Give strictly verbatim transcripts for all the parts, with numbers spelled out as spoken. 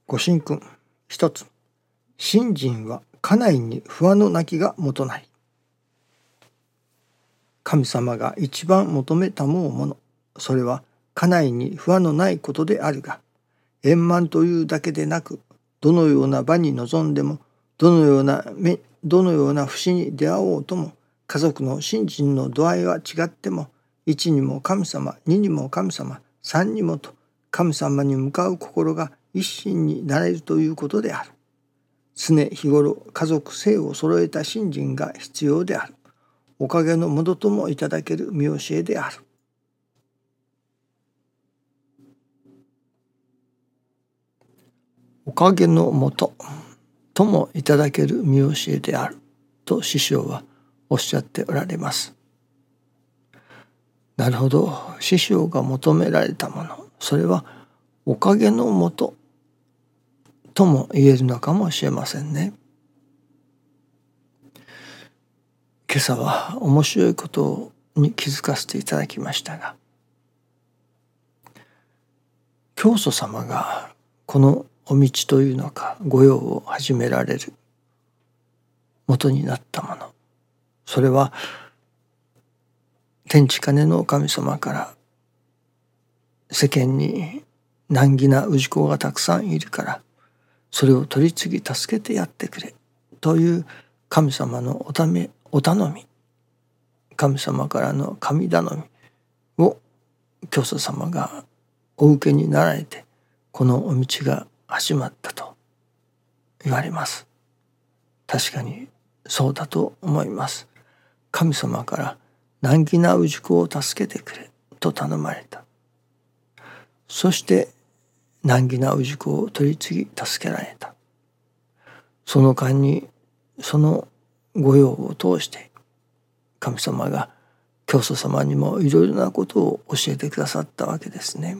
ご神君一つ、信心は家内に不安のなきがもとなり。神様が一番求めたもうもの、それは家内に不安のないことであるが、円満というだけでなく、どのような場に臨んでも、どのような目、どのような節に出会おうとも、家族の信心の度合いは違っても、一にも神様、二にも神様、三にもと神様に向かう心が一心になれるということである。常日頃家族性を揃えた信心が必要である。おかげのもとともいただける見教えである。おかげのもとともいただける見教えであると師匠はおっしゃっておられます。なるほど、師匠が求められたもの、それはおかげのもととも言えるのかもしれませんね。今朝は面白いことに気づかせていただきましたが、教祖様がこのお道というのか御用を始められる元になったもの、それは天地金の神様から世間に難儀な氏子がたくさんいるから、それを取り次ぎ助けてやってくれという神様のおためお頼み、神様からの神頼みを教祖様がお受けになられて、このお道が始まったと言われます。確かにそうだと思います。神様から難儀な氏子を助けてくれと頼まれた。そして難儀な氏子を取り次ぎ助けられた。その間にその御用を通して神様が教祖様にもいろいろなことを教えてくださったわけですね。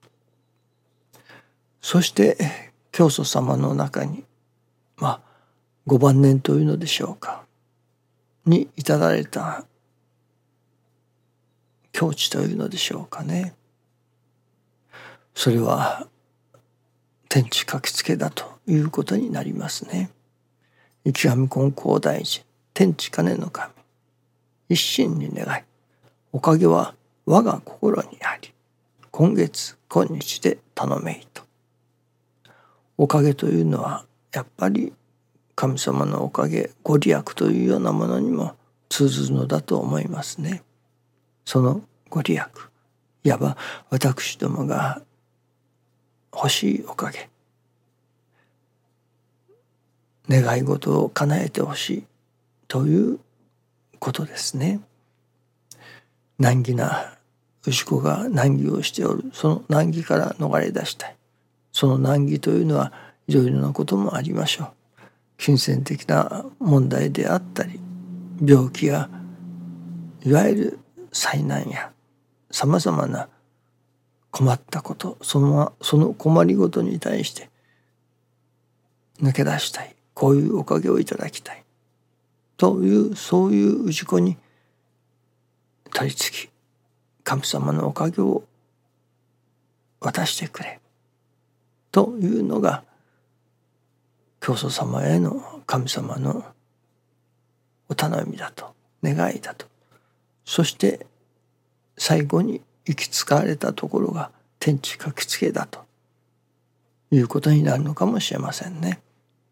そして教祖様の中にまあごばん年というのでしょうかに至られた境地というのでしょうかね。それは天地書きつけだということになりますね。池上金光大臣、天地金の神、一心に願い、おかげは我が心にあり、今月今日で頼めいと。おかげというのはやっぱり神様のおかげ、ご利益というようなものにも通ずるのだと思いますね。そのご利益、いわば私どもが欲しいおかげ、願い事を叶えてほしいということですね。難儀な氏子が難儀をしておる、その難儀から逃れ出したい。その難儀というのはいろいろなこともありましょう。金銭的な問題であったり、病気やいわゆる災難やさまざまな困ったこと、そのその困りごとに対して抜け出したい、こういうおかげをいただきたいという、そういう氏子に取り次ぎ神様のおかげを渡してくれというのが教祖様への神様のお頼みだと、願いだと。そして最後に行き着かれたところが天地書きつけだということになるのかもしれませんね。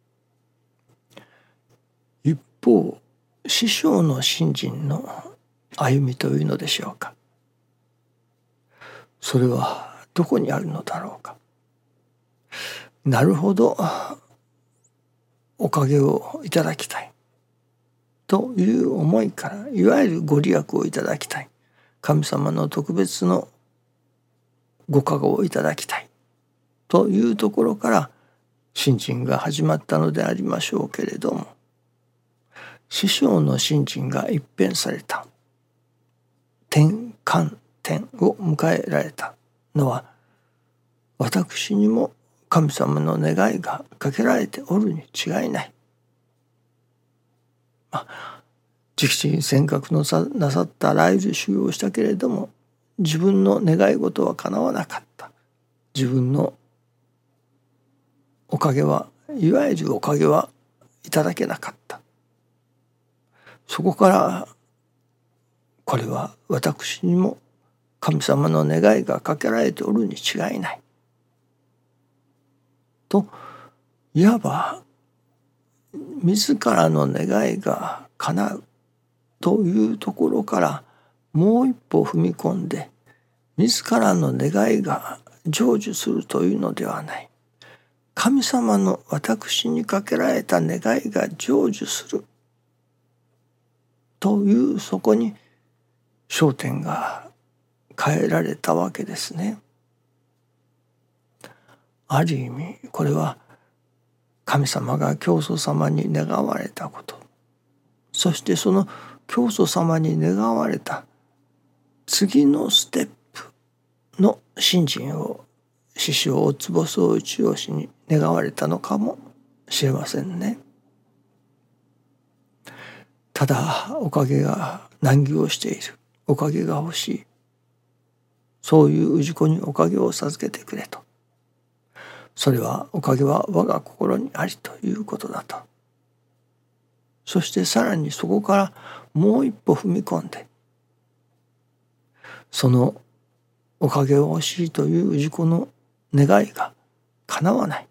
一方、師匠の信心の歩みというのでしょうか。それはどこにあるのだろうか。なるほど、おかげをいただきたいという思いから、いわゆるご利益をいただきたい、神様の特別のご加護をいただきたいというところから信心が始まったのでありましょうけれども、師匠の信心が一変された、転換点を迎えられたのは、私にも神様の願いがかけられておるに違いない。まあ、直々尖閣のさなさった来日修行をしたけれども、自分の願い事は叶わなかった。自分のおかげはいわゆるおかげはいただけなかった。そこからこれは私にも神様の願いがかけられておるに違いないと、いわば自らの願いが叶うというところからもう一歩踏み込んで、自らの願いが成就するというのではない、神様の私にかけられた願いが成就するという、そこに焦点が変えられたわけですね。ある意味これは神様が教祖様に願われたこと、そしてその教祖様に願われた次のステップの信心を師匠大坪宗一郎氏に願われたのかもしれませんね。ただおかげが難儀をしている、おかげが欲しい、そういう氏子におかげを授けてくれと、それはおかげは我が心にありということだと。そしてさらにそこからもう一歩踏み込んで、そのおかげを欲しいという氏子の願いが叶わない、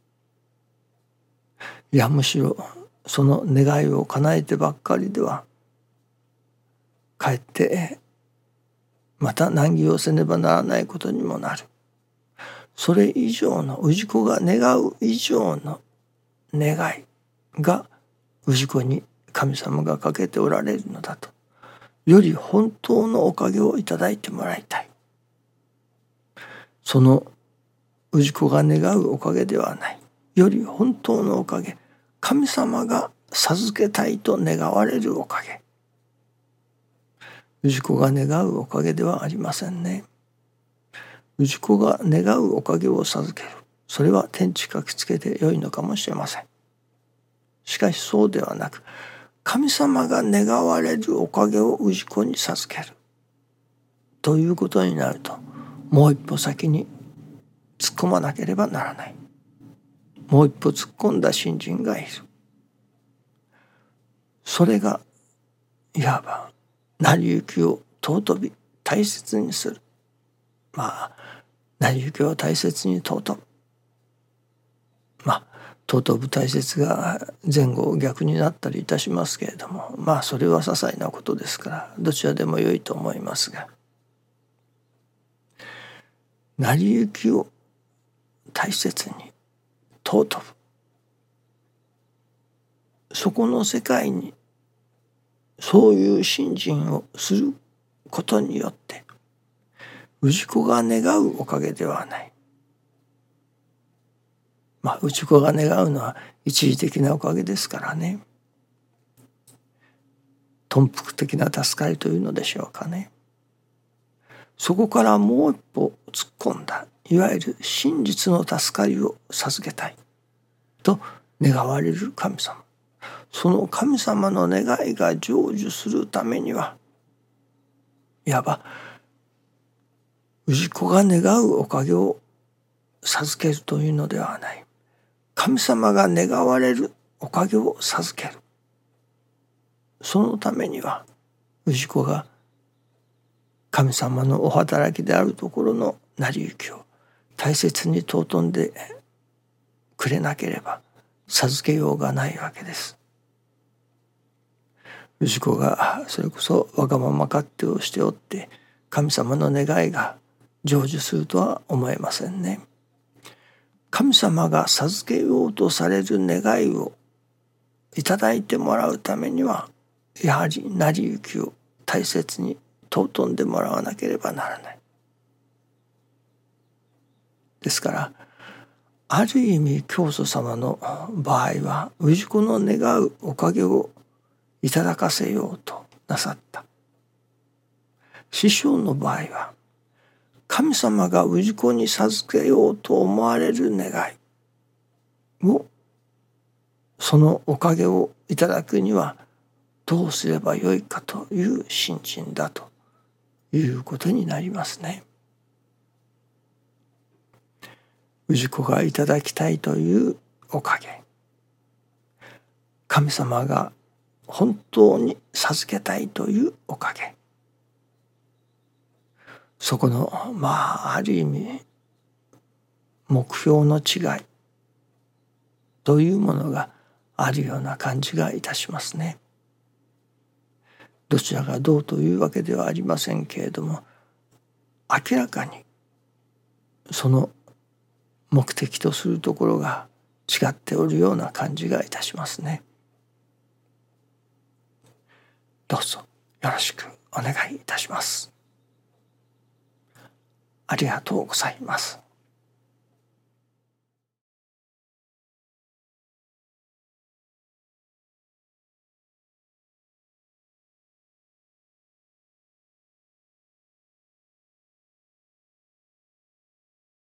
いやむしろその願いを叶えてばっかりではかえってまた難儀をせねばならないことにもなる。それ以上の氏子が願う以上の願いが氏子に神様がかけておられるのだと、より本当のおかげをいただいてもらいたい。その氏子が願うおかげではない、より本当のおかげ、神様が授けたいと願われるおかげ、氏子が願うおかげではありませんね。氏子が願うおかげを授ける、それは天地書きつけてよいのかもしれません。しかしそうではなく、神様が願われるおかげを氏子に授けるということになると、もう一歩先に突っ込まなければならない。もう一歩突っ込んだ信心がいる。それがいわば成り行きを尊び大切にする、まあ成り行きを大切に尊ぶ、まあ尊ぶ大切が前後逆になったりいたしますけれども、まあそれは些細なことですからどちらでも良いと思いますが、成り行きを大切に尊ぶ、そこの世界にそういう信心をすることによって氏子が願うおかげではない、まあ氏子が願うのは一時的なおかげですからね、頓服的な助かりというのでしょうかね。そこからもう一歩突っ込んだいわゆる真実の助かりを授けたいと願われる神様、その神様の願いが成就するためには、いわば氏子が願うおかげを授けるというのではない、神様が願われるおかげを授ける、そのためには氏子が神様のお働きであるところの成り行きを大切に尊んでくれなければ授けようがないわけです。氏子がそれこそわがまま勝手をしておって神様の願いが成就するとは思えませんね。神様が授けようとされる願いをいただいてもらうためには、やはり成り行きを大切に尊んでもらわなければならない。ですからある意味教祖様の場合は氏子の願うおかげをいただかせようとなさった。師匠の場合は神様が氏子に授けようと思われる願いを、そのおかげをいただくにはどうすればよいかという心身だということになりますね。 氏子がいただきたいというおかげ、神様が本当に授けたいというおかげ、そこのまあある意味目標の違いというものがあるような感じがいたしますね。どちらがどうというわけではありませんけれども、明らかにその目的とするところが違っておるような感じがいたしますね。どうぞよろしくお願いいたします。ありがとうございます。